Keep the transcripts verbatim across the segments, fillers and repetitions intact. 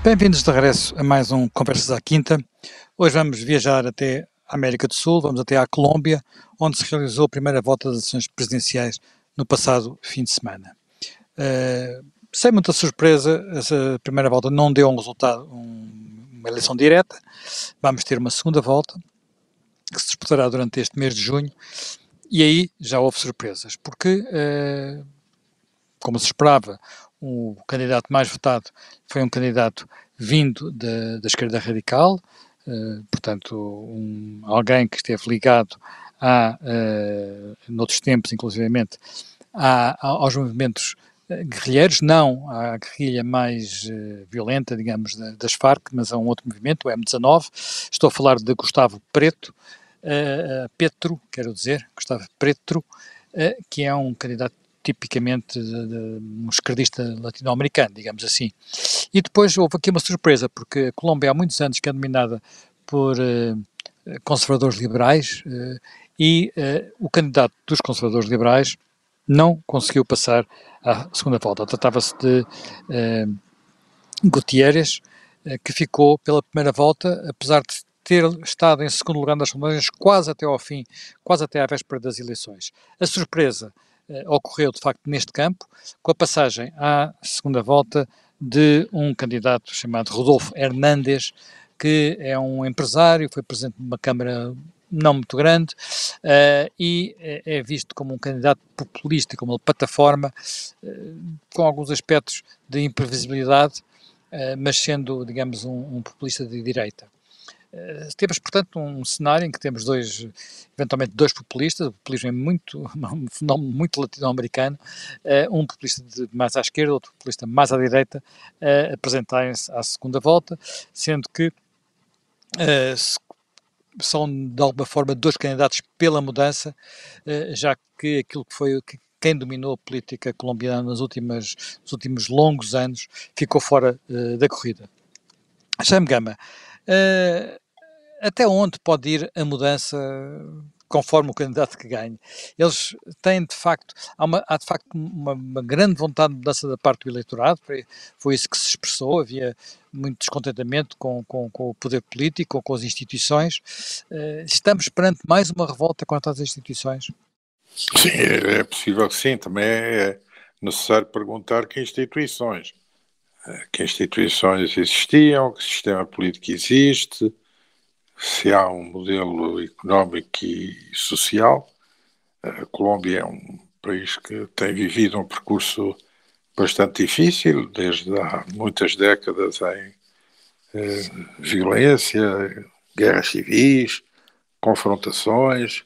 Bem-vindos de regresso a mais um Conversas à Quinta. Hoje vamos viajar até a América do Sul, vamos até à Colômbia, onde se realizou a primeira volta das eleições presidenciais no passado fim de semana. Uh, sem muita surpresa, essa primeira volta não deu um resultado, um, uma eleição direta. Vamos ter uma segunda volta, que se disputará durante este mês de junho, e aí já houve surpresas, porque, uh, como se esperava, o candidato mais votado foi um candidato vindo da, da esquerda radical, uh, portanto, um, alguém que esteve ligado a, uh, noutros tempos, inclusivamente, a, a, aos movimentos guerrilheiros, não à guerrilha mais uh, violenta, digamos, da, das Farc, mas a um outro movimento, o M dezanove. Estou a falar de Gustavo Preto, uh, Petro, quero dizer, Gustavo Petro, uh, que é um candidato tipicamente de, de, um esquerdista latino-americano, digamos assim. E depois houve aqui uma surpresa, porque a Colômbia há muitos anos que é dominada por uh, conservadores liberais uh, e uh, o candidato dos conservadores liberais não conseguiu passar à segunda volta. Tratava-se de uh, Gutiérrez, uh, que ficou pela primeira volta, apesar de ter estado em segundo lugar nas sondagens quase até ao fim, quase até à véspera das eleições. A surpresa uh, ocorreu, de facto, neste campo, com a passagem à segunda volta de um candidato chamado Rodolfo Hernández, que é um empresário, foi presidente de uma Câmara não muito grande, uh, e é, é visto como um candidato populista, como uma plataforma, uh, com alguns aspectos de imprevisibilidade, uh, mas sendo, digamos, um, um populista de direita. Uh, temos, portanto, um cenário em que temos dois, eventualmente dois populistas. O populismo é muito, um fenómeno muito latino-americano, uh, um populista de, mais à esquerda, outro populista mais à direita, uh, apresentarem-se à segunda volta, sendo que uh, se são, de alguma forma, dois candidatos pela mudança, já que aquilo que foi que quem dominou a política colombiana nos, últimas, nos últimos longos anos ficou fora uh, da corrida. Jaime Gama, uh, até onde pode ir a mudança conforme o candidato que ganhe? Eles têm, de facto, há, uma, há de facto uma, uma grande vontade de mudança da parte do eleitorado, foi, foi isso que se expressou, havia muito descontentamento com, com, com o poder político, com as instituições. Uh, estamos perante mais uma revolta contra as instituições? Sim, é possível que sim. Também é necessário perguntar que instituições. Que instituições existiam, que sistema político existe, se há um modelo económico e social. A Colômbia é um país que tem vivido um percurso bastante difícil, desde há muitas décadas em eh, violência, guerras civis, confrontações.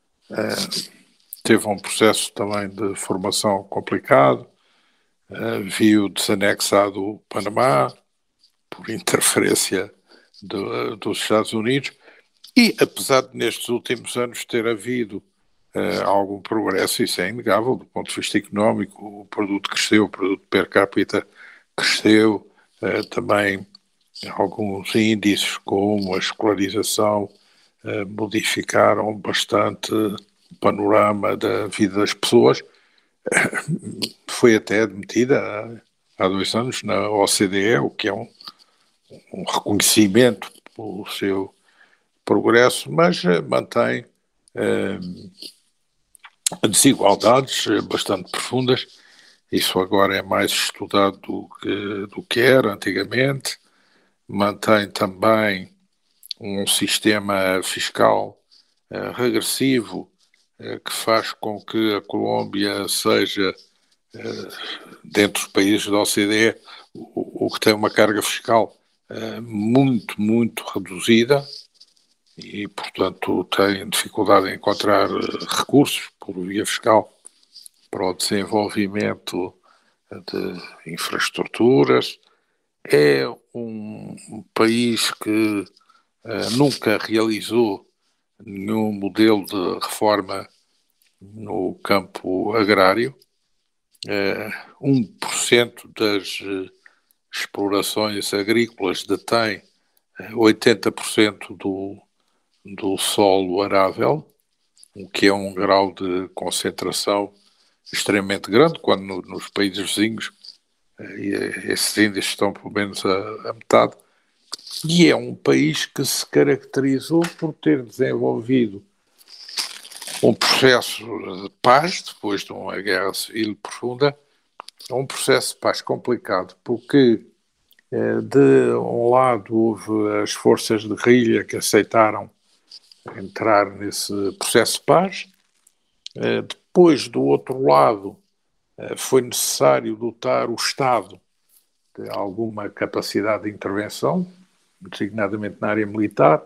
Eh, teve um processo também de formação complicado. Uh, viu desanexado o Panamá por interferência do, dos Estados Unidos e, apesar de nestes últimos anos ter havido uh, algum progresso, isso é inegável do ponto de vista económico, o produto cresceu, o produto per capita cresceu, uh, também alguns índices como a escolarização uh, modificaram bastante o panorama da vida das pessoas. Foi até admitida há, há dois anos na O C D E, o que é um, um reconhecimento pelo seu progresso, mas mantém eh, desigualdades bastante profundas. Isso agora é mais estudado do que, do que era antigamente. Mantém também um sistema fiscal eh, regressivo eh, que faz com que a Colômbia seja, dentro dos países da O C D E, o, o que tem uma carga fiscal uh, muito, muito reduzida e, portanto, tem dificuldade em encontrar recursos por via fiscal para o desenvolvimento de infraestruturas. É um, um país que uh, nunca realizou nenhum modelo de reforma no campo agrário. Uh, um por cento das uh, explorações agrícolas detém uh, oitenta por cento do, do solo arável, o que é um grau de concentração extremamente grande, quando no, nos países vizinhos e esses índices estão pelo menos a, a metade, e é um país que se caracterizou por ter desenvolvido um processo de paz, depois de uma guerra civil profunda, um processo de paz complicado, porque de um lado houve as forças de guerrilha que aceitaram entrar nesse processo de paz, depois do outro lado foi necessário dotar o Estado de alguma capacidade de intervenção, designadamente na área militar.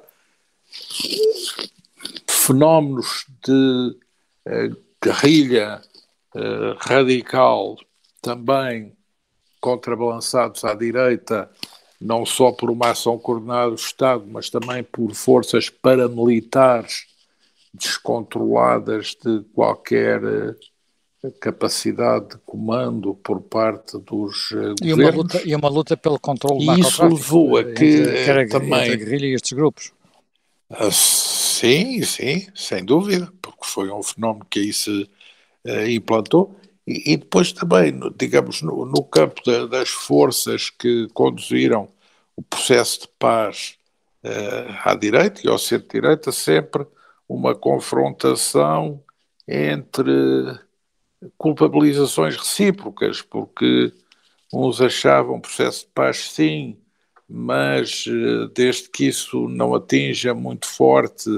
Fenómenos de uh, guerrilha uh, radical também contrabalançados à direita, não só por uma ação coordenada do Estado, mas também por forças paramilitares descontroladas de qualquer uh, capacidade de comando por parte dos uh, e governos. Uma luta, e uma luta pelo controle do narcotráfico. E isso levou a que entre, quer a, também... entre a guerrilha e estes grupos. Uh, sim, sim, sem dúvida, porque foi um fenómeno que aí se uh, implantou. E, e depois também, no, digamos, no, no campo da, das forças que conduziram o processo de paz uh, à direita e ao centro-direita, sempre uma confrontação entre culpabilizações recíprocas, porque uns achavam o processo de paz sim, mas desde que isso não atinja muito forte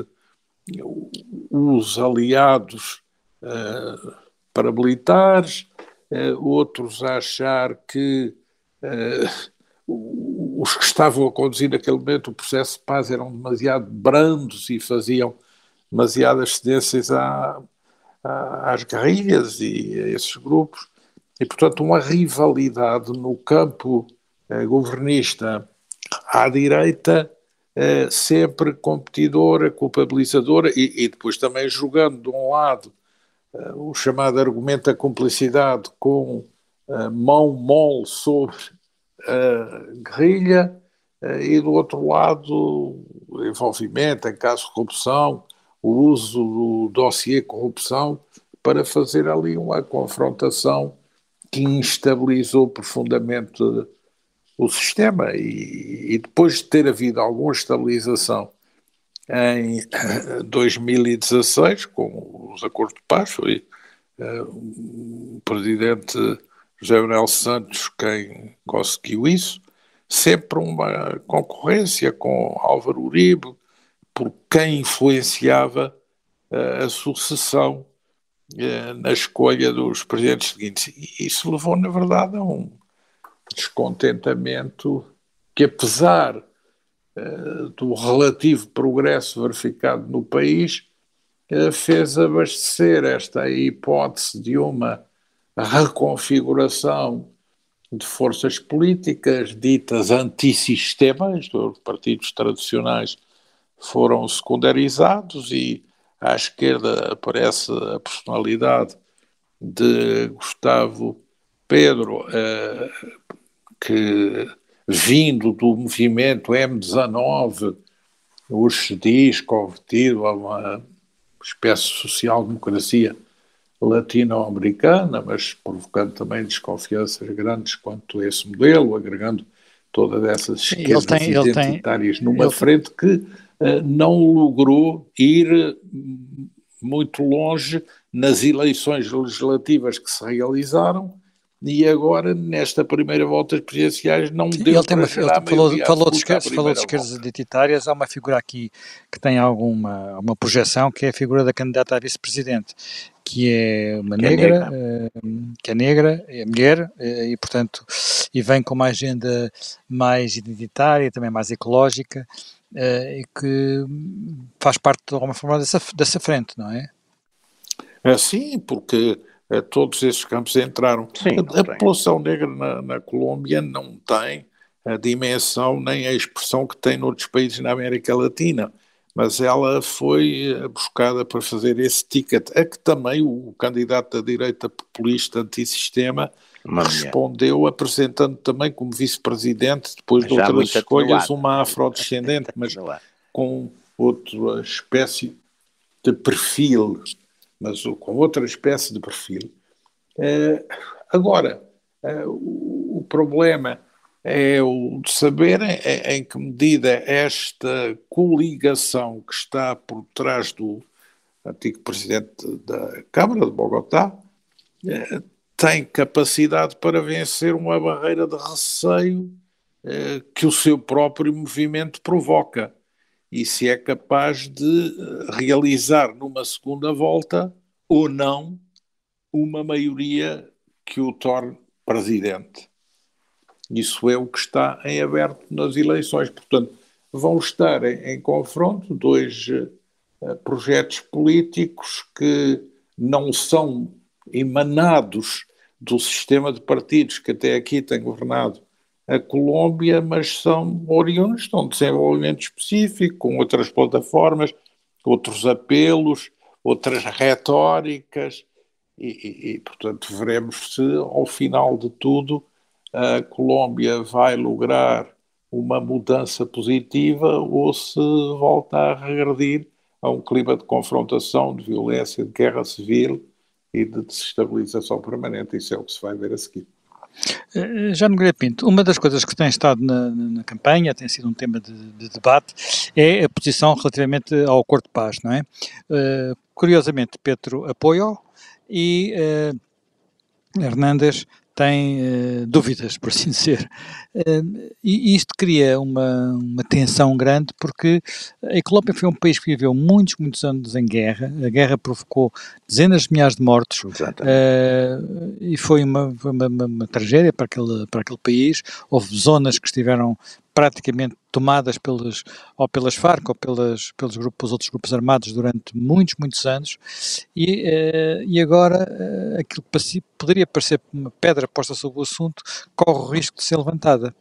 os aliados uh, paramilitares, uh, outros a achar que uh, os que estavam a conduzir naquele momento o processo de paz eram demasiado brandos e faziam demasiadas cedências à, à, às guerrilhas e a esses grupos, e portanto uma rivalidade no campo uh, governista à direita, eh, sempre competidora, culpabilizadora e, e depois também jogando de um lado eh, o chamado argumento da cumplicidade com eh, mão mole sobre a guerrilha eh, e do outro lado o envolvimento em casos de corrupção, o uso do dossiê corrupção para fazer ali uma confrontação que instabilizou profundamente o sistema, e, e depois de ter havido alguma estabilização em dois mil e dezasseis, com os acordos de paz, foi uh, o presidente José Manuel Santos quem conseguiu isso, sempre uma concorrência com Álvaro Uribe, por quem influenciava uh, a sucessão uh, na escolha dos presidentes seguintes. E isso levou, na verdade, a um descontentamento que, apesar uh, do relativo progresso verificado no país, uh, fez abastecer esta hipótese de uma reconfiguração de forças políticas ditas antissistema, os partidos tradicionais foram secundarizados e à esquerda aparece a personalidade de Gustavo Petro, uh, que, vindo do movimento M dezanove, os diz convertido a uma espécie de social-democracia latino-americana, mas provocando também desconfianças grandes quanto a esse modelo, agregando todas essas esquerdas tem, identitárias tem, numa frente tem... que uh, não logrou ir muito longe nas eleições legislativas que se realizaram. E agora, nesta primeira volta das presidenciais, não Sim, deu ele tem para uma, gerar ele falou, falou, de esquerdas, falou de esquerdas volta. identitárias. Há uma figura aqui que tem alguma uma projeção, que é a figura da candidata a vice-presidente, que é uma que negra, é negra. Uh, que é negra, é mulher, uh, e portanto, e vem com uma agenda mais identitária, também mais ecológica, uh, e que faz parte de alguma forma dessa, dessa frente, não é? É, sim, porque uh, todos esses campos entraram. Sim, a, a população negra na, na Colômbia não tem a dimensão nem a expressão que tem noutros países na América Latina, mas ela foi buscada para fazer esse ticket, a que também o candidato da direita populista antissistema Uma respondeu, minha. apresentando também como vice-presidente, depois de outras escolhas, uma afrodescendente, mas com outra espécie de perfil, mas com outra espécie de perfil. Uh, agora, uh, o o problema é o de saber em, em que medida esta coligação que está por trás do antigo presidente da Câmara de Bogotá eh, tem capacidade para vencer uma barreira de receio eh, que o seu próprio movimento provoca, e se é capaz de realizar numa segunda volta ou não uma maioria que o torne presidente. Isso é o que está em aberto nas eleições. Portanto, vão estar em, em confronto dois uh, projetos políticos que não são emanados do sistema de partidos que até aqui tem governado a Colômbia, mas são oriundos de um desenvolvimento específico, com outras plataformas, outros apelos, outras retóricas, e, e, e portanto, veremos se, ao final de tudo, a Colômbia vai lograr uma mudança positiva ou se volta a regredir a um clima de confrontação, de violência, de guerra civil e de desestabilização permanente. Isso é o que se vai ver a seguir. Já Nogueira Pinto, uma das coisas que tem estado na, na campanha, tem sido um tema de, de debate, é a posição relativamente ao acordo de paz, não é? Uh, curiosamente, Petro apoia-o e uh, Hernández tem uh, dúvidas, por assim dizer. Uh, e isto cria uma, uma tensão grande, porque a Colômbia foi um país que viveu muitos, muitos anos em guerra. A guerra provocou dezenas de milhares de mortos. Uh, e foi, uma, foi uma, uma, uma tragédia para aquele, para aquele país. Houve zonas que estiveram praticamente tomadas pelos, ou pelas Farc ou pelas, pelos, grupos, outros grupos armados durante muitos, muitos anos, e, uh, e agora uh, aquilo que poderia parecer uma pedra posta sobre o assunto corre o risco de ser levantada.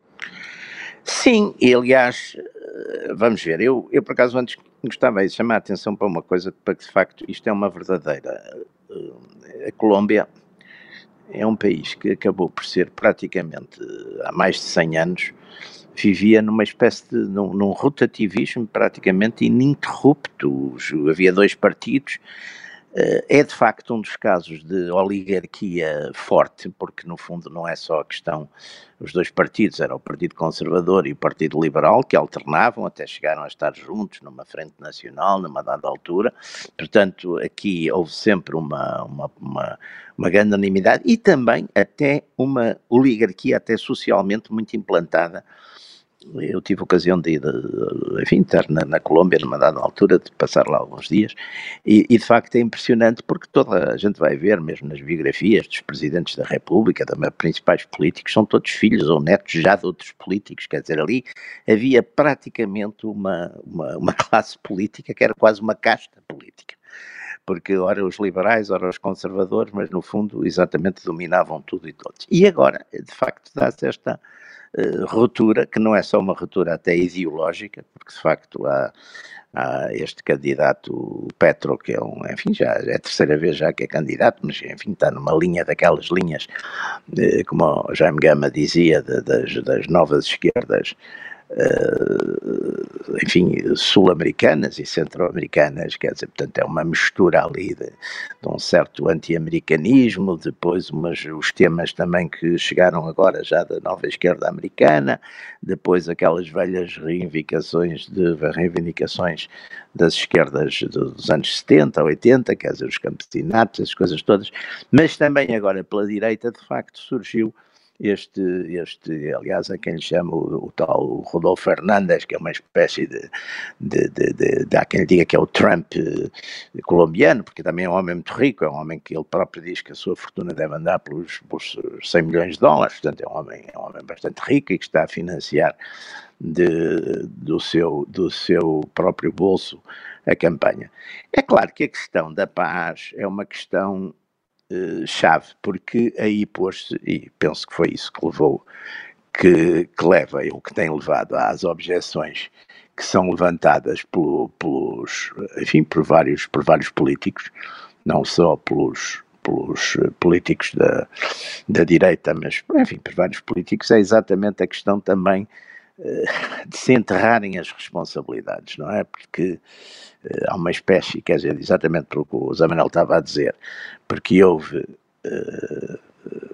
Sim, e aliás, vamos ver, eu, eu por acaso antes gostava de chamar a atenção para uma coisa, para que de facto isto é uma verdadeira... A Colômbia é um país que acabou por ser praticamente, há mais de cem anos, vivia numa espécie de, num, num rotativismo praticamente ininterrupto. Havia dois partidos. É de facto um dos casos de oligarquia forte, porque no fundo não é só a questão, os dois partidos, era o Partido Conservador e o Partido Liberal, que alternavam, até chegaram a estar juntos numa frente nacional, numa dada altura. Portanto, aqui houve sempre uma, uma, uma, uma grande unanimidade e também até uma oligarquia até socialmente muito implantada. Eu tive a ocasião de ir, enfim, estar na, na Colômbia numa dada altura, de passar lá alguns dias, e, e de facto é impressionante porque toda a gente vai ver, mesmo nas biografias dos presidentes da República, também principais políticos, são todos filhos ou netos já de outros políticos, quer dizer, ali havia praticamente uma, uma, uma classe política que era quase uma casta política. Porque ora os liberais, ora os conservadores, mas no fundo exatamente dominavam tudo e todos. E agora, de facto, dá-se esta uh, ruptura, que não é só uma ruptura até ideológica, porque de facto há, há este candidato, o Petro, que é um, enfim, já é a terceira vez já que é candidato, mas enfim está numa linha daquelas linhas, uh, como o Jaime Gama dizia, de, das, das novas esquerdas, Uh, enfim, sul-americanas e centro-americanas, quer dizer, portanto é uma mistura ali de, de um certo anti-americanismo, depois umas, os temas também que chegaram agora já da nova esquerda americana, depois aquelas velhas reivindicações, de, reivindicações das esquerdas dos anos setenta, oitenta, quer dizer, os campesinatos, essas coisas todas, mas também agora pela direita de facto surgiu Este, este, aliás, a quem lhe chama o, o tal o Rodolfo Hernández, que é uma espécie de, de, de, de, de há quem lhe diga que é o Trump eh, colombiano, porque também é um homem muito rico, é um homem que ele próprio diz que a sua fortuna deve andar pelos, pelos cem milhões de dólares, portanto é um homem, é um homem bastante rico e que está a financiar de, do, seu, do seu próprio bolso a campanha. É claro que a questão da paz é uma questão chave, porque aí pôs-se, e penso que foi isso que levou, que, que leva, o que tem levado às objeções que são levantadas pelo, pelos, enfim, por vários, por vários políticos, não só pelos, pelos políticos da, da direita, mas, enfim, por vários políticos, é exatamente a questão também de se enterrarem as responsabilidades, não é? Porque uh, há uma espécie, quer dizer, exatamente o que o Zé Manuel estava a dizer, porque houve uh,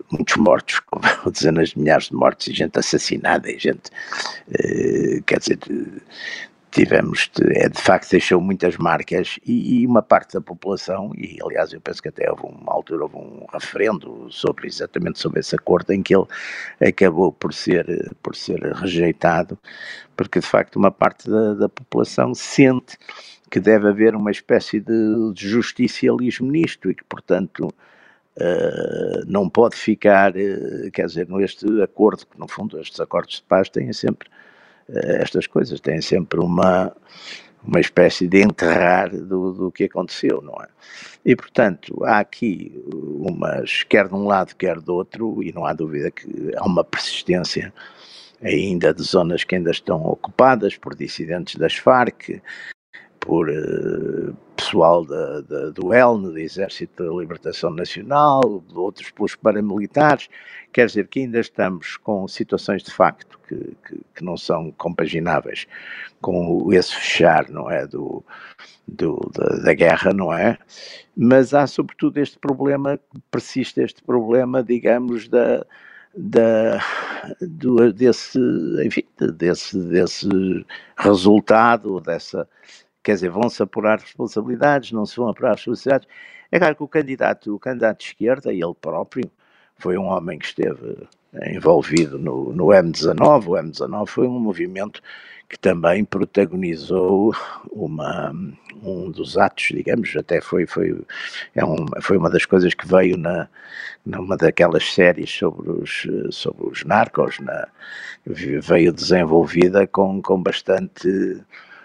muitos mortos, dezenas de milhares de mortos e gente assassinada e gente, uh, quer dizer, tivemos, de, é, de facto deixou muitas marcas e, e uma parte da população, e aliás eu penso que até houve uma altura, houve um referendo sobre, exatamente sobre esse acordo em que ele acabou por ser, por ser rejeitado, porque de facto uma parte da, da população sente que deve haver uma espécie de, de justicialismo nisto e que portanto Uh, não pode ficar, uh, quer dizer, neste acordo, que no fundo estes acordos de paz têm sempre uh, estas coisas, têm sempre uma, uma espécie de enterrar do, do que aconteceu, não é? E portanto há aqui umas, quer de um lado, quer do outro, e não há dúvida que há uma persistência ainda de zonas que ainda estão ocupadas por dissidentes das Farc, por uh, pessoal da, da, do E L N, do Exército da Libertação Nacional, de outros pelos paramilitares, quer dizer que ainda estamos com situações de facto que, que, que não são compagináveis com esse fechar, não é, do, do, da, da guerra, não é? Mas há sobretudo este problema, persiste este problema, digamos, da... Da, do, desse, enfim, desse, desse resultado, dessa, quer dizer, vão-se apurar responsabilidades, não se vão apurar responsabilidades. É claro que o candidato, o candidato de esquerda, ele próprio, foi um homem que esteve envolvido no, no M dezanove, o M dezanove foi um movimento que também protagonizou uma, um dos atos, digamos, até foi, foi, é um, foi uma das coisas que veio na, numa daquelas séries sobre os, sobre os narcos, na, veio desenvolvida com, com bastante...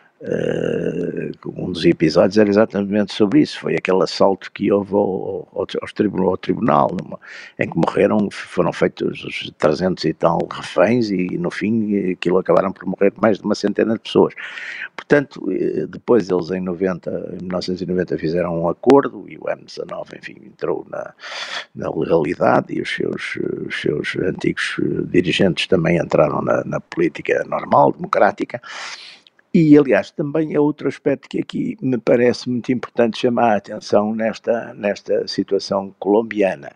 Uh, um dos episódios era exatamente sobre isso, foi aquele assalto que houve ao, ao, ao, tribunal, ao tribunal, numa, em que morreram, foram feitos os trezentos e tal reféns e no fim aquilo acabaram por morrer mais de uma centena de pessoas. Portanto, depois eles em noventa, em mil novecentos e noventa fizeram um acordo e o M dezanove, enfim, entrou na, na legalidade e os seus, os seus antigos dirigentes também entraram na, na política normal, democrática. E, aliás, também é outro aspecto que aqui me parece muito importante chamar a atenção nesta, nesta situação colombiana.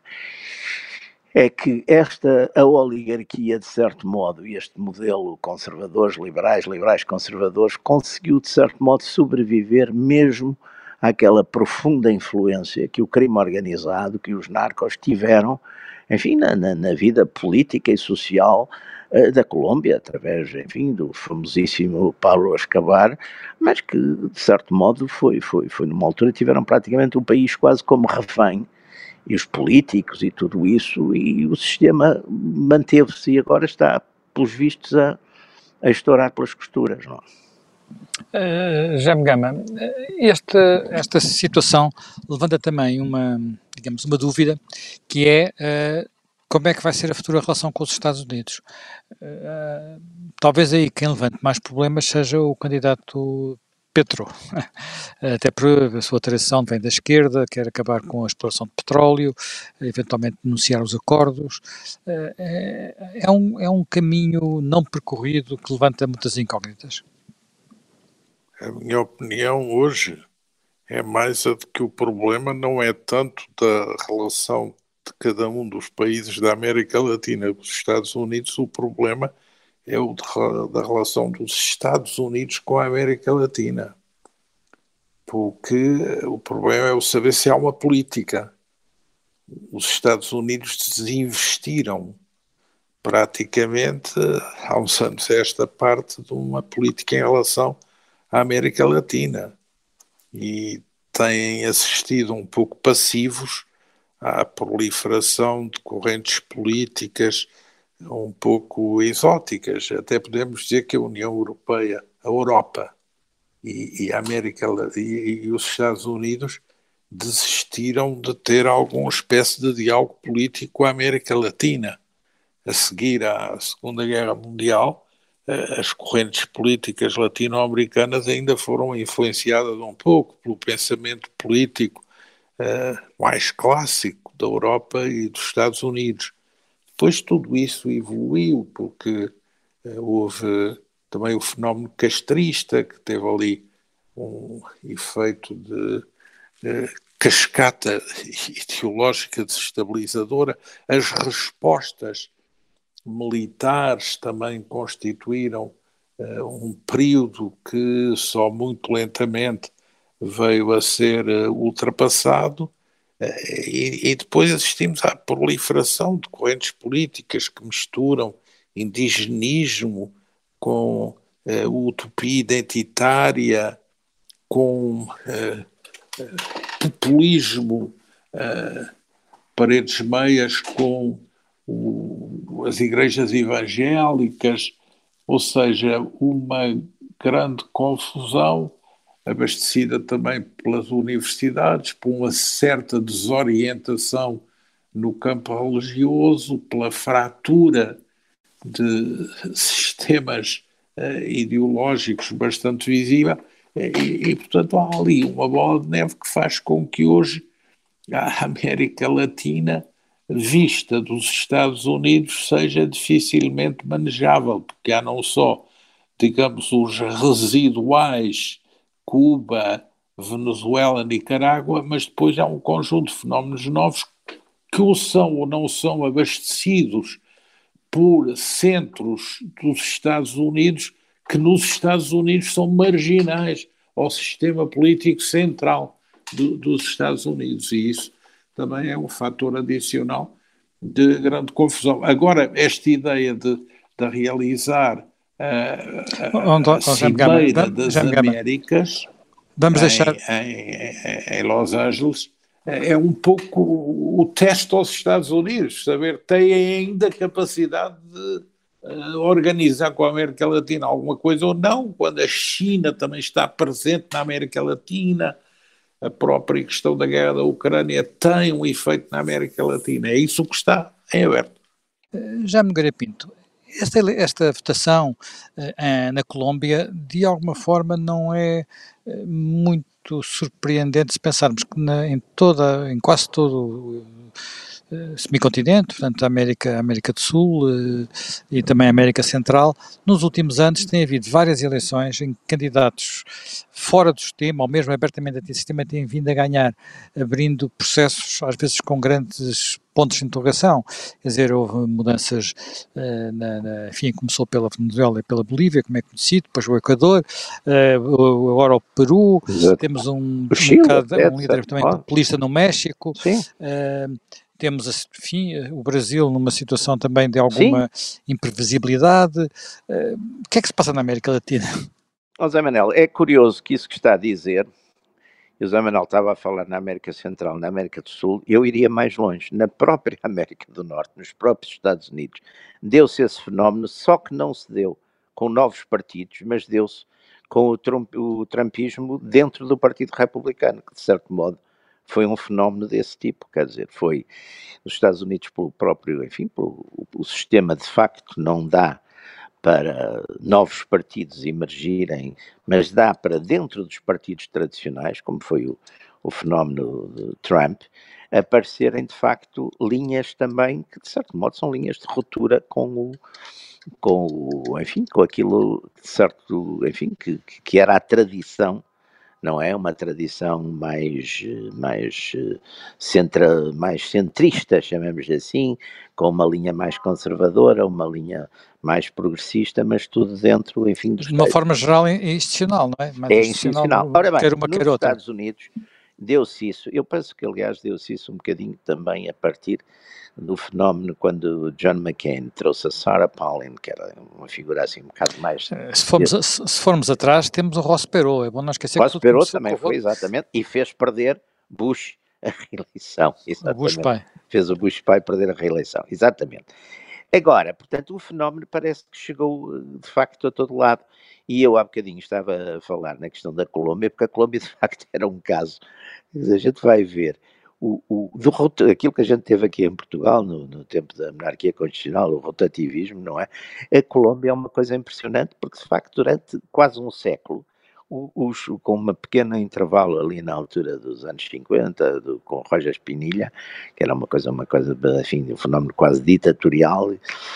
É que esta, a oligarquia, de certo modo, e este modelo conservadores, liberais, liberais conservadores, conseguiu, de certo modo, sobreviver mesmo àquela profunda influência que o crime organizado, que os narcos tiveram, enfim, na, na, na vida política e social da Colômbia, através, enfim, do famosíssimo Pablo Escobar, mas que, de certo modo, foi, foi, foi numa altura, tiveram praticamente um país quase como refém, e os políticos e tudo isso, e o sistema manteve-se e agora está, pelos vistos, a, a estourar pelas costuras, não é? Uh, Jaime Gama, esta, esta situação levanta também uma, digamos, uma dúvida, que é uh, como é que vai ser a futura relação com os Estados Unidos. Uh, talvez aí quem levante mais problemas seja o candidato Petro, até por a sua tradição vem da esquerda, quer acabar com a exploração de petróleo, eventualmente denunciar os acordos. Uh, é, é, um, é um caminho não percorrido que levanta muitas incógnitas. A minha opinião hoje é mais a de que o problema não é tanto da relação de cada um dos países da América Latina com os Estados Unidos, o problema é o de, da relação dos Estados Unidos com a América Latina. Porque o problema é o saber se há uma política. Os Estados Unidos desinvestiram praticamente há uns anos esta parte de uma política em relação à América Latina e têm assistido um pouco passivos à proliferação de correntes políticas um pouco exóticas. Até podemos dizer que a União Europeia, a Europa e, e a América e, e os Estados Unidos desistiram de ter alguma espécie de diálogo político com a América Latina. A seguir à Segunda Guerra Mundial, as correntes políticas latino-americanas ainda foram influenciadas um pouco pelo pensamento político uh, mais clássico da Europa e dos Estados Unidos. Depois tudo isso evoluiu, porque uh, houve também o fenómeno castrista, que teve ali um efeito de uh, cascata ideológica desestabilizadora. As respostas militares também constituíram uh, um período que só muito lentamente veio a ser uh, ultrapassado, uh, e, e depois assistimos à proliferação de correntes políticas que misturam indigenismo com uh, utopia identitária, com uh, uh, populismo, uh, paredes meias com o, as igrejas evangélicas, ou seja, uma grande confusão, abastecida também pelas universidades, por uma certa desorientação no campo religioso, pela fratura de sistemas uh, ideológicos bastante visível, e, e, portanto, há ali uma bola de neve que faz com que hoje a América Latina, vista dos Estados Unidos, seja dificilmente manejável, porque há não só, digamos, os residuais Cuba, Venezuela, Nicarágua, mas depois há um conjunto de fenómenos novos que ou são ou não são abastecidos por centros dos Estados Unidos, que nos Estados Unidos são marginais ao sistema político central do, dos Estados Unidos, e isso também é um fator adicional de grande confusão. Agora, esta ideia de, de realizar a, a, a Cimeira das Américas Vamos deixar... em, em, em Los Angeles é um pouco o teste aos Estados Unidos, saber têm ainda capacidade de uh, organizar com a América Latina alguma coisa ou não, quando a China também está presente na América Latina. A própria questão da guerra da Ucrânia tem um efeito na América Latina. É isso que está em aberto. Jaime Nogueira Pinto, esta, esta votação uh, na Colômbia, de alguma forma, não é uh, muito surpreendente se pensarmos que na, em, toda, em quase todo uh, semicontinente, portanto a América, a América do Sul uh, e também a América Central, nos últimos anos tem havido várias eleições em que candidatos fora do sistema, ou mesmo abertamente antissistema, têm vindo a ganhar, abrindo processos, às vezes com grandes pontos de interrogação. Quer dizer, houve mudanças, uh, na, na, enfim, começou pela Venezuela e pela Bolívia, como é conhecido, depois o Equador, uh, agora o Peru. Exato. Temos um, um, Chile, bocado, um líder também populista no México. Sim. Uh, temos, enfim, o Brasil numa situação também de alguma Sim. imprevisibilidade. Uh, o que é que se passa na América Latina? Oh, Zé Manel, é curioso que isso que está a dizer, e o Zé Manel estava a falar na América Central, na América do Sul, eu iria mais longe, na própria América do Norte, nos próprios Estados Unidos, deu-se esse fenómeno, só que não se deu com novos partidos, mas deu-se com o, trump, o trumpismo dentro do Partido Republicano, que de certo modo foi um fenómeno desse tipo, quer dizer, foi nos Estados Unidos pelo próprio, enfim, pelo o sistema de facto não dá para novos partidos emergirem, mas dá para dentro dos partidos tradicionais, como foi o, o fenómeno de Trump, aparecerem de facto linhas também que de certo modo são linhas de ruptura com o, com o enfim, com aquilo de certo, enfim, que, que era a tradição, não é? Uma tradição mais, mais, centra, mais centrista, chamemos assim, com uma linha mais conservadora, uma linha mais progressista, mas tudo dentro, enfim... De uma forma geral é institucional, não é? Mais é institucional. Ora bem, quer uma, nos quer outra. Estados Unidos deu-se isso, eu penso que aliás deu-se isso um bocadinho também a partir do fenómeno quando John McCain trouxe a Sarah Palin, que era uma figura assim um bocado mais... Se formos, a, se formos atrás, temos o Ross Perot, é bom não esquecer Ross que... Ross Perot também foi, exatamente, e fez perder Bush a reeleição. O Bush pai. Fez o Bush pai perder a reeleição, exatamente. Agora, portanto, o fenómeno parece que chegou de facto a todo lado. E eu há bocadinho estava a falar na questão da Colômbia, porque a Colômbia de facto era um caso, a gente vai ver, o, o, do, aquilo que a gente teve aqui em Portugal, no, no tempo da monarquia constitucional, o rotativismo, não é? A Colômbia é uma coisa impressionante, porque de facto durante quase um século, os, com uma pequena intervalo ali na altura dos anos cinquenta, do, com Roger Espinilha, que era uma coisa, uma coisa, enfim, um fenómeno quase ditatorial,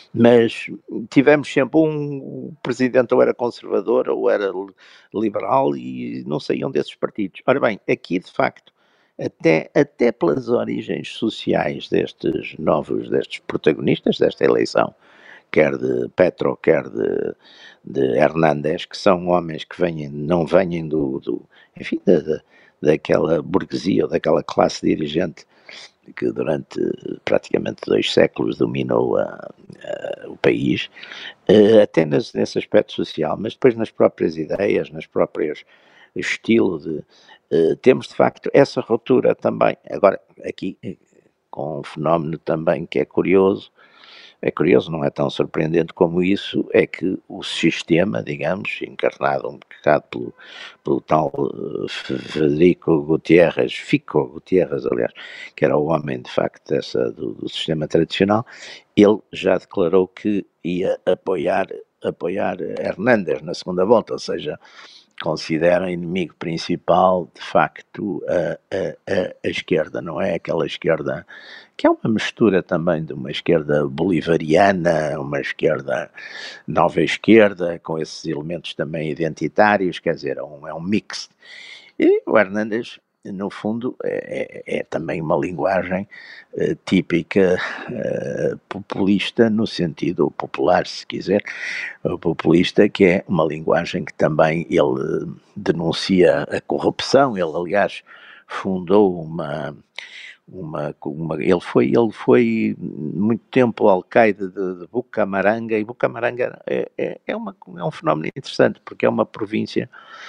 mas tivemos sempre um, um presidente ou era conservador ou era liberal e não saíam desses partidos. Ora bem, aqui de facto até, até pelas origens sociais destes novos, destes protagonistas desta eleição, quer de Petro, quer de, de Hernández, que são homens que vêm, não vêm do, do enfim, da, da, daquela burguesia ou daquela classe dirigente que durante praticamente dois séculos dominou a, a, o país, até nesse, nesse aspecto social, mas depois nas próprias ideias, nas próprias estilo de... temos de facto essa ruptura também. Agora, aqui, com um fenómeno também que é curioso, é curioso, não é tão surpreendente como isso, é que o sistema, digamos, encarnado um bocado pelo, pelo tal uh, Federico Gutierrez, Fico Gutierrez, aliás, que era o homem, de facto, dessa, do, do sistema tradicional, ele já declarou que ia apoiar, apoiar Hernández na segunda volta, ou seja, considera inimigo principal, de facto, a, a, a, a esquerda, não é aquela esquerda que é uma mistura também de uma esquerda bolivariana, uma esquerda nova esquerda, com esses elementos também identitários, quer dizer, é um, é um mix. E o Hernández, no fundo, é, é, é também uma linguagem uh, típica uh, populista, no sentido popular, se quiser, o populista, que é uma linguagem que também ele denuncia a corrupção. Ele, aliás, fundou uma... Uma, uma, ele, foi, ele foi muito tempo alcaide de, de Bucamaranga, e Bucamaranga é, é, é, uma, é um fenómeno interessante, porque é uma província,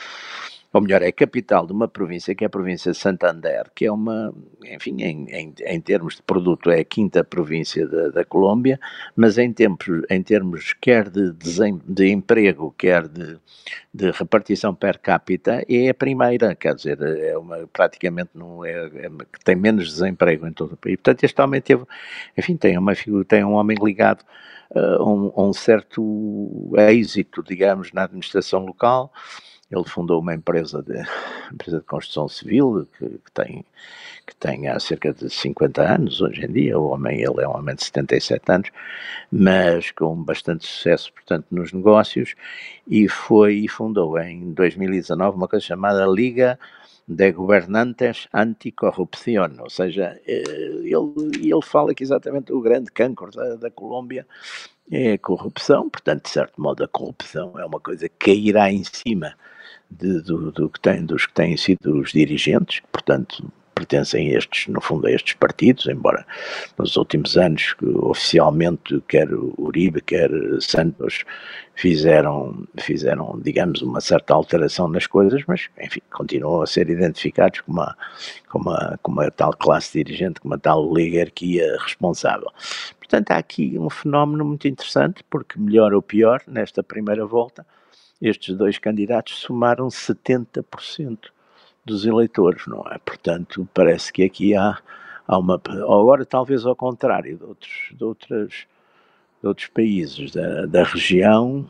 ou melhor, é a capital de uma província, que é a província de Santander, que é uma, enfim, em, em, em termos de produto é a quinta província da, da Colômbia, mas em, tempos, em termos quer de, desem, de emprego, quer de, de repartição per capita, é a primeira, quer dizer, é uma, praticamente não é, é, tem menos desemprego em todo o país. Portanto, este homem teve, enfim, tem, uma figura, tem um homem ligado uh, a, um, a um certo êxito, digamos, na administração local. Ele fundou uma empresa de, empresa de construção civil que, que, tem, que tem há cerca de cinquenta anos hoje em dia. O homem, ele é um homem de setenta e sete anos, mas com bastante sucesso, portanto, nos negócios, e foi e fundou em dois mil e dezanove uma coisa chamada Liga de Governantes Anticorrupción, ou seja, ele, ele fala que exatamente o grande cancro da, da Colômbia é a corrupção. Portanto, de certo modo, a corrupção é uma coisa que cairá em cima de, do, do que tem, dos que têm sido os dirigentes, que, portanto, pertencem a estes, no fundo, a estes partidos, embora nos últimos anos, oficialmente, quer Uribe, quer Santos, fizeram, fizeram, digamos, uma certa alteração nas coisas, mas, enfim, continuam a ser identificados como uma, como uma, como uma tal classe dirigente, como uma tal oligarquia responsável. Portanto, há aqui um fenómeno muito interessante, porque, melhor ou pior, nesta primeira volta, estes dois candidatos somaram setenta por cento dos eleitores, não é? Portanto, parece que aqui há, há uma... Agora, talvez ao contrário de outros, de outras, de outros países da, da região,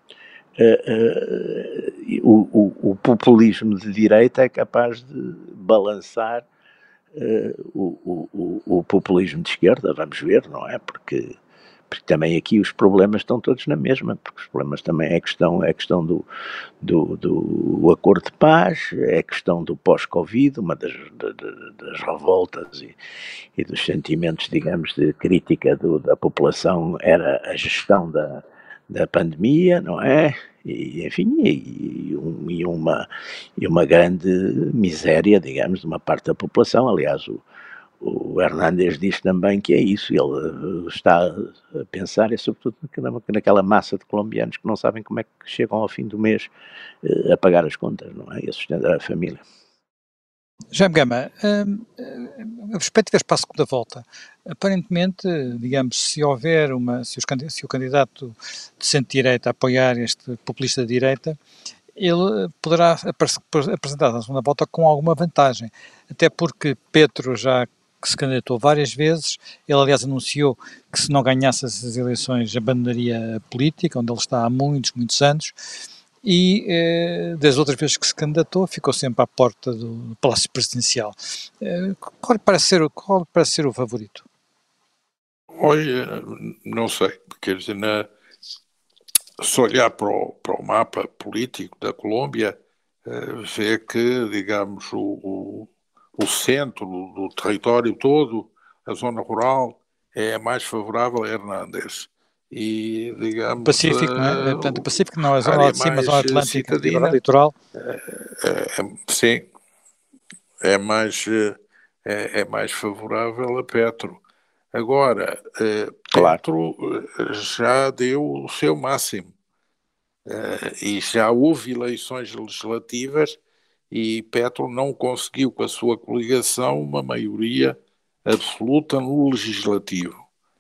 uh, uh, o, o, o populismo de direita é capaz de balançar uh, o, o, o populismo de esquerda, vamos ver, não é? Porque... porque também aqui os problemas estão todos na mesma, porque os problemas também é a questão, é a questão do, do, do acordo de paz, é a questão do pós-Covid, uma das, das, das revoltas e, e dos sentimentos, digamos, de crítica do, da população era a gestão da, da pandemia, não é? E, enfim, e, um, e, uma, e uma grande miséria, digamos, de uma parte da população. Aliás, o O Hernández diz também que é isso, ele está a pensar, é sobretudo naquela massa de colombianos que não sabem como é que chegam ao fim do mês a pagar as contas, não é? E a sustentar a família. Jaime Gama, uh, perspectivas para a segunda volta. Aparentemente, digamos, se houver uma, se, os, se o candidato de centro-direita apoiar este populista de direita, ele poderá apresentar na segunda volta com alguma vantagem, até porque Petro já que se candidatou várias vezes, ele aliás anunciou que se não ganhasse essas eleições abandonaria a política, onde ele está há muitos, muitos anos, e eh, das outras vezes que se candidatou ficou sempre à porta do Palácio Presidencial. Eh, qual parece ser, qual parece ser o favorito? Olha, não sei, quer dizer, na, se olhar para o, para o mapa político da Colômbia, uh, vê que, digamos, o, o o centro do território todo, a zona rural, é mais favorável a Hernández. E, digamos, Pacífico, não é? Portanto, o Pacífico não é a zona lá de cima, a zona Atlântica, citadina, litoral. É, é, sim, é mais, é, é mais favorável a Petro. Agora, eh, Claro. Petro já deu o seu máximo eh, e já houve eleições legislativas e Petro não conseguiu com a sua coligação uma maioria absoluta no legislativo.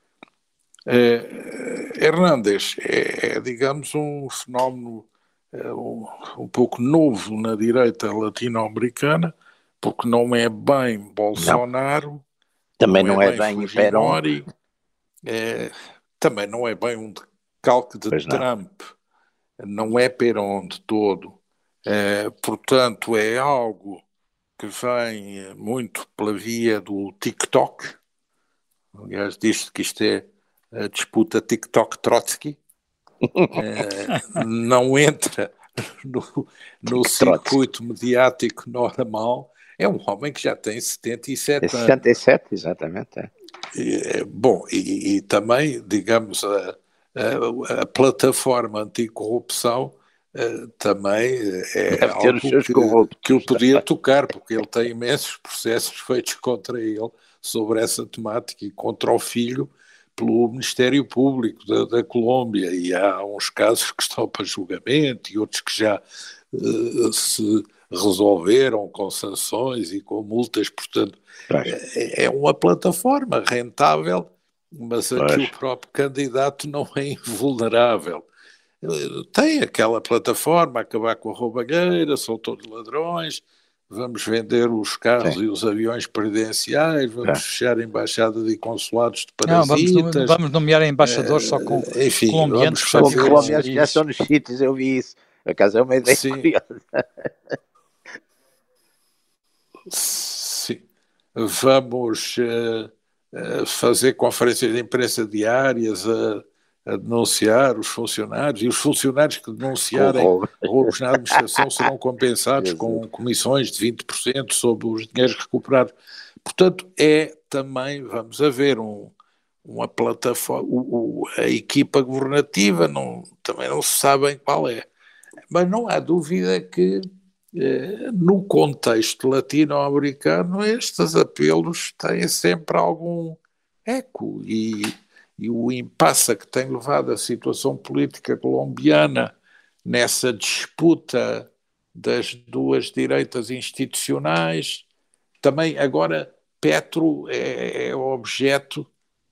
Eh, Hernández é, é, digamos, um fenómeno eh, um, um pouco novo na direita latino-americana, porque não é bem Bolsonaro, não. Também não, não é, é bem, bem Fujimori, é, também não é bem um calque de pois Trump, não. não é Perón de todo, é, portanto é algo que vem muito pela via do TikTok. Aliás, diz-se que isto é a disputa TikTok-Trotsky. é, não entra no, no circuito mediático normal. É um homem que já tem setenta e sete é sessenta e sete anos. Exatamente. É. E, bom, e, e também, digamos, a, a, a plataforma anticorrupção uh, também é Deve ter algo os seus que, corruptos. que eu podia tocar, porque ele tem imensos processos feitos contra ele sobre essa temática e contra o filho pelo Ministério Público da, da Colômbia, e há uns casos que estão para julgamento e outros que já uh, se resolveram com sanções e com multas, portanto é, é uma plataforma rentável, mas a que o próprio candidato não é invulnerável. Tem aquela plataforma, acabar com a roubalheira, são todos ladrões, vamos vender os carros Sim. e os aviões presidenciais, vamos é. fechar a embaixada de consulados de parasitas. Não, vamos, vamos nomear embaixadores uh, só com enfim, colombianos que já com colombianos que já estão nos sítios, eu vi isso. Acaso é uma ideia Sim. curiosa. Sim. Vamos uh, uh, fazer conferências de imprensa diárias a, a denunciar os funcionários, e os funcionários que denunciarem roubos na administração serão compensados com comissões de vinte por cento sobre os dinheiros recuperados. Portanto, é também, vamos a ver, um, uma plataforma, o, o, a equipa governativa não, também não se sabe qual é. Mas não há dúvida que no contexto latino-americano estes apelos têm sempre algum eco e, e o impasse que tem levado a situação política colombiana nessa disputa das duas direitas institucionais, também agora Petro é, é objeto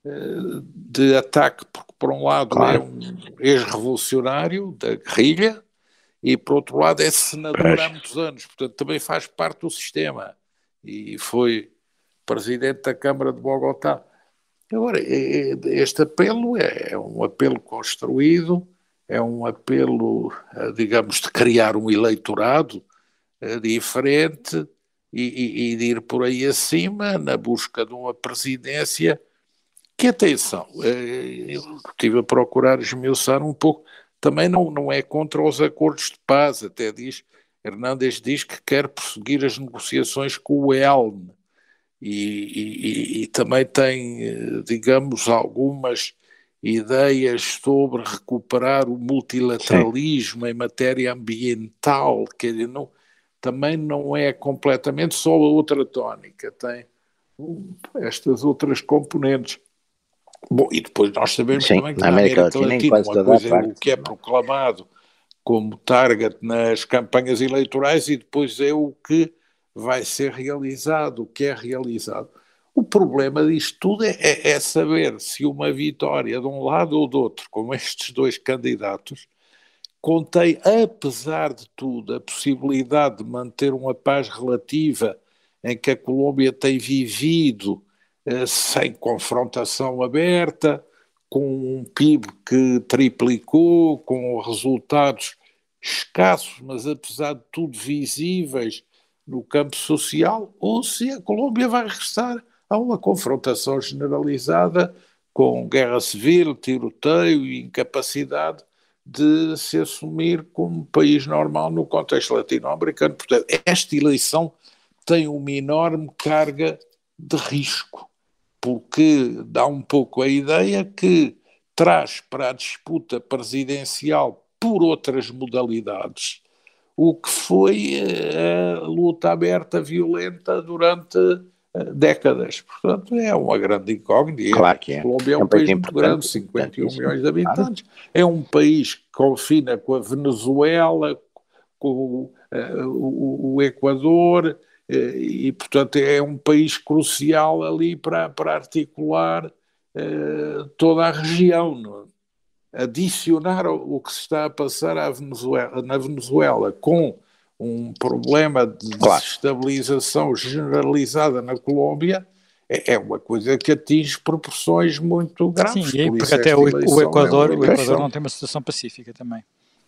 de ataque, porque por um lado claro. é um ex-revolucionário da guerrilha, e, por outro lado, é senador há muitos anos, portanto, também faz parte do sistema. E foi presidente da Câmara de Bogotá. Agora, este apelo é um apelo construído, é um apelo, digamos, de criar um eleitorado diferente e, e, e de ir por aí acima na busca de uma presidência que, atenção, eu estive a procurar esmiuçar um pouco, também não, não é contra os acordos de paz, até diz, Hernández diz que quer prosseguir as negociações com o E L N e, e, e também tem, digamos, algumas ideias sobre recuperar o multilateralismo Sim. em matéria ambiental, que ele não, também não é completamente só a outra tónica, tem um, estas outras componentes. Bom, e depois nós sabemos Sim, também que na América, América Latina, Latina uma coisa é o que é proclamado como target nas campanhas eleitorais e depois é o que vai ser realizado, o que é realizado. O problema disto tudo é, é, é saber se uma vitória de um lado ou do outro, como estes dois candidatos, contém, apesar de tudo, a possibilidade de manter uma paz relativa em que a Colômbia tem vivido sem confrontação aberta, com um P I B que triplicou, com resultados escassos, mas apesar de tudo visíveis no campo social, ou se a Colômbia vai regressar a uma confrontação generalizada com guerra civil, tiroteio e incapacidade de se assumir como país normal no contexto latino-americano. Portanto, esta eleição tem uma enorme carga de risco, porque dá um pouco a ideia que traz para a disputa presidencial por outras modalidades o que foi a luta aberta, violenta, durante décadas. Portanto, é uma grande incógnita. Claro que é. A Colômbia é um, é um país país muito grande, cinquenta e um milhões de habitantes. Claro. É um país que confina com a Venezuela, com uh, o, o Equador, uh, e, portanto, é um país crucial ali para, para articular uh, toda a região, não é? Adicionar o que se está a passar à Venezuela, na Venezuela com um problema de claro. desestabilização generalizada na Colômbia é, é uma coisa que atinge proporções muito graves. Sim, e por porque até o, o, Equador, é o Equador não tem uma situação pacífica também.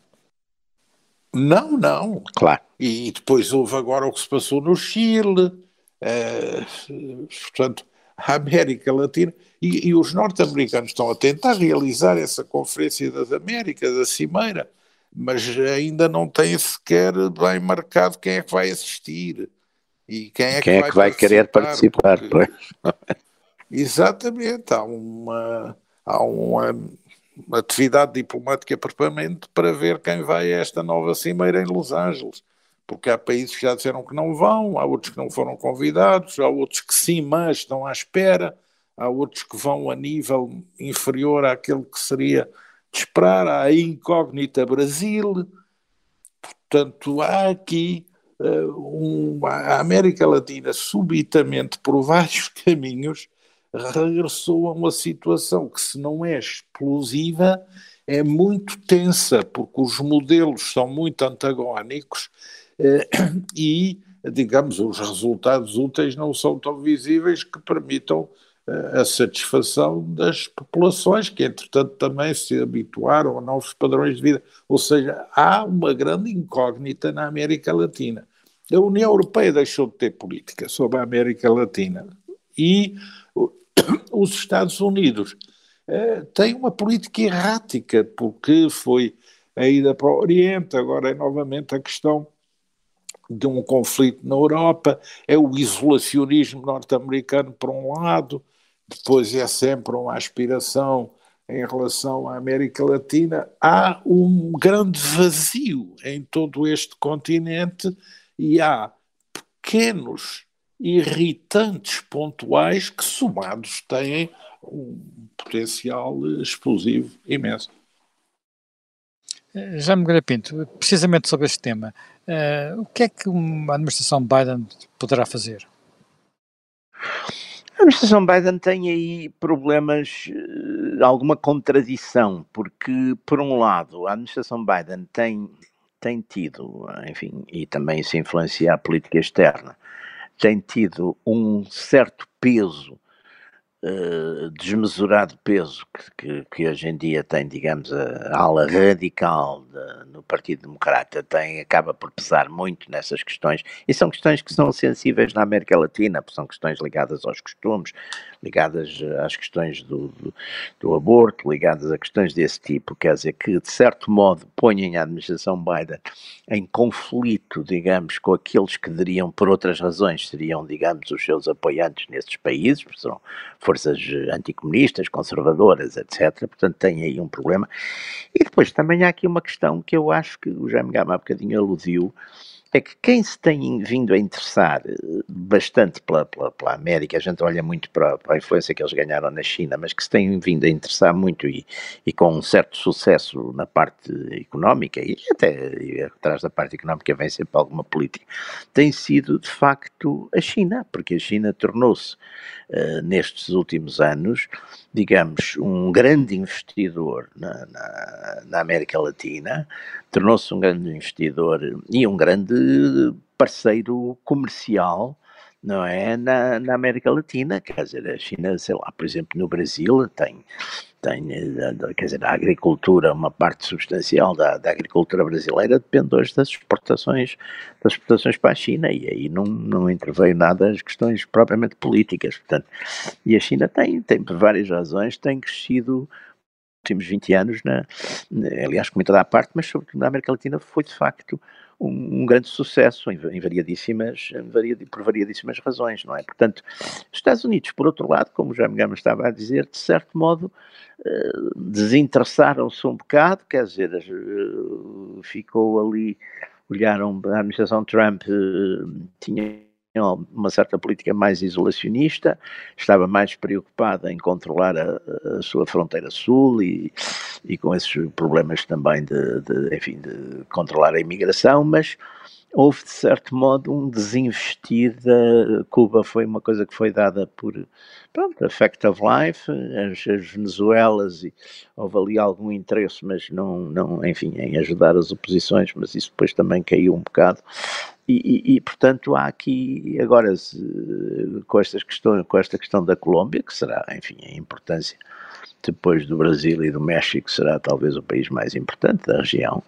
Não, não. Claro. E depois houve agora o que se passou no Chile, eh, portanto, a América Latina, e, e os norte-americanos estão a tentar realizar essa Conferência das Américas, a Cimeira, mas ainda não têm sequer bem marcado quem é que vai assistir e quem é, quem que, é vai que vai querer participar. Porque... Exatamente, há uma, há uma, uma atividade diplomática permanente para ver quem vai a esta nova Cimeira em Los Angeles. Porque há países que já disseram que não vão, há outros que não foram convidados, há outros que sim, mas estão à espera, há outros que vão a nível inferior àquele que seria de esperar, há a incógnita Brasil. Portanto, há aqui uh, um, a América Latina subitamente, por vários caminhos, regressou a uma situação que, se não é explosiva, é muito tensa, porque os modelos são muito antagónicos e, digamos, os resultados úteis não são tão visíveis que permitam a satisfação das populações, que entretanto também se habituaram a novos padrões de vida. Ou seja, há uma grande incógnita na América Latina. A União Europeia deixou de ter política sobre a América Latina e os Estados Unidos eh, têm uma política errática, porque foi a ida para o Oriente, agora é novamente a questão de um conflito na Europa, é o isolacionismo norte-americano por um lado, depois é sempre uma aspiração em relação à América Latina. Há um grande vazio em todo este continente e há pequenos irritantes pontuais que, somados, têm um potencial explosivo imenso. Jaime Nogueira Pinto, precisamente sobre este tema, uh, o que é que uma administração Biden poderá fazer? A administração Biden tem aí problemas, alguma contradição, porque, por um lado, a administração Biden tem, tem tido, enfim, e também isso influencia a política externa, tem tido um certo peso, Uh, desmesurado peso que, que, que hoje em dia tem, digamos, a, a ala radical de, no Partido Democrata, tem, acaba por pesar muito nessas questões, e são questões que são sensíveis na América Latina, são questões ligadas aos costumes, ligadas às questões do, do, do aborto, ligadas a questões desse tipo, quer dizer, que de certo modo põem a administração Biden em conflito, digamos, com aqueles que diriam, por outras razões, seriam, digamos, os seus apoiantes nesses países, porque são forças anticomunistas, conservadoras, etcétera. Portanto, tem aí um problema. E depois também há aqui uma questão que eu acho que o Jaime Gama há bocadinho aludiu, é que quem se tem vindo a interessar bastante pela, pela, pela América, a gente olha muito para, para a influência que eles ganharam na China, mas que se tem vindo a interessar muito e, e com um certo sucesso na parte económica, e até e atrás da parte económica vem sempre alguma política, tem sido de facto a China, porque a China tornou-se uh, nestes últimos anos, digamos, um grande investidor na, na, na América Latina, tornou-se um grande investidor e um grande parceiro comercial, não é, na, na América Latina. Quer dizer, a China, sei lá, por exemplo, no Brasil tem, tem quer dizer, a agricultura, uma parte substancial da, da agricultura brasileira depende hoje das exportações, das exportações para a China, e aí não, não interveio nada as questões propriamente políticas, portanto, e a China tem, tem por várias razões, tem crescido últimos vinte anos, na, aliás, como em toda a parte, mas sobretudo na América Latina, foi de facto um, um grande sucesso em, em variadíssimas, em variad, por variadíssimas razões, não é? Portanto, os Estados Unidos, por outro lado, como já me estava a dizer, de certo modo, uh, desinteressaram-se um bocado, quer dizer, uh, ficou ali, olharam, a administração Trump uh, tinha uma certa política mais isolacionista, estava mais preocupada em controlar a, a sua fronteira sul e, e com esses problemas também de, de, enfim, de controlar a imigração, mas houve de certo modo um desinvestir da Cuba, foi uma coisa que foi dada por, pronto, a fact of life, as, as Venezuelas, e houve ali algum interesse, mas não, não, enfim, em ajudar as oposições, mas isso depois também caiu um bocado. E, e, e, portanto, há aqui, agora, com, estas questões, com esta questão da Colômbia, que será, enfim, a importância, depois do Brasil e do México, será talvez o país mais importante da região,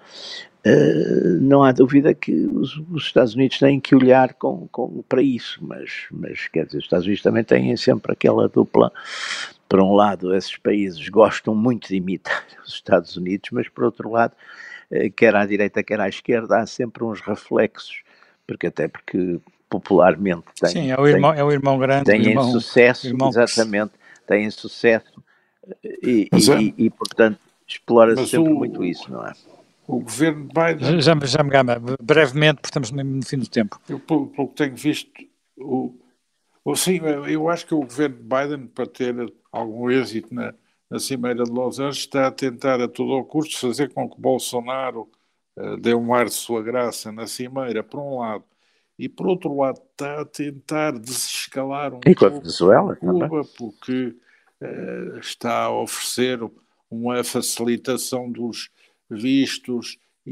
uh, não há dúvida que os, os Estados Unidos têm que olhar com, com, para isso, mas, mas, quer dizer, os Estados Unidos também têm sempre aquela dupla. Por um lado, esses países gostam muito de imitar os Estados Unidos, mas, por outro lado, uh, quer à direita, quer à esquerda, há sempre uns reflexos, porque até porque popularmente tem... Sim, é o irmão, tem, é o irmão grande, têm o irmão, sucesso, irmão exatamente, têm sucesso e, Mas, e, e, portanto, explora-se sempre o, muito isso, não é? O governo Biden... Já, já me gama, brevemente, porque estamos no fim do tempo. Eu, pelo, pelo que tenho visto, o, o, sim, eu acho que o governo Biden, para ter algum êxito na, na Cimeira de Los Angeles, está a tentar a todo o custo fazer com que Bolsonaro dê um ar de sua graça na Cimeira, por um lado, e por outro lado está a tentar desescalar um e com pouco a Venezuela, Cuba, também. porque uh, está a oferecer uma facilitação dos vistos e,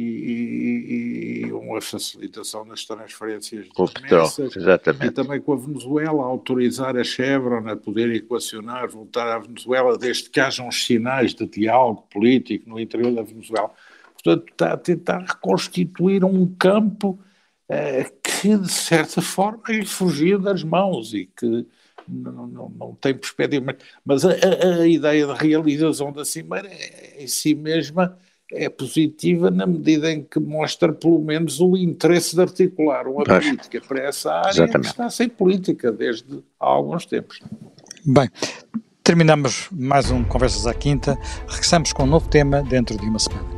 e, e uma facilitação nas transferências de remessas, e também com a Venezuela a autorizar a Chevron a poder equacionar, voltar à Venezuela, desde que hajam uns sinais de diálogo político no interior da Venezuela. Portanto, está a tentar reconstituir um campo eh, que, de certa forma, lhe fugiu das mãos e que não, não, não tem perspectiva. Mas a, a, a ideia de realização da Cimeira é, em si mesma é positiva na medida em que mostra, pelo menos, o interesse de articular uma Pois. política para essa área. Exatamente. Que está sem política desde há alguns tempos. Bem, terminamos mais um Conversas à Quinta. Regressamos com um novo tema dentro de uma semana.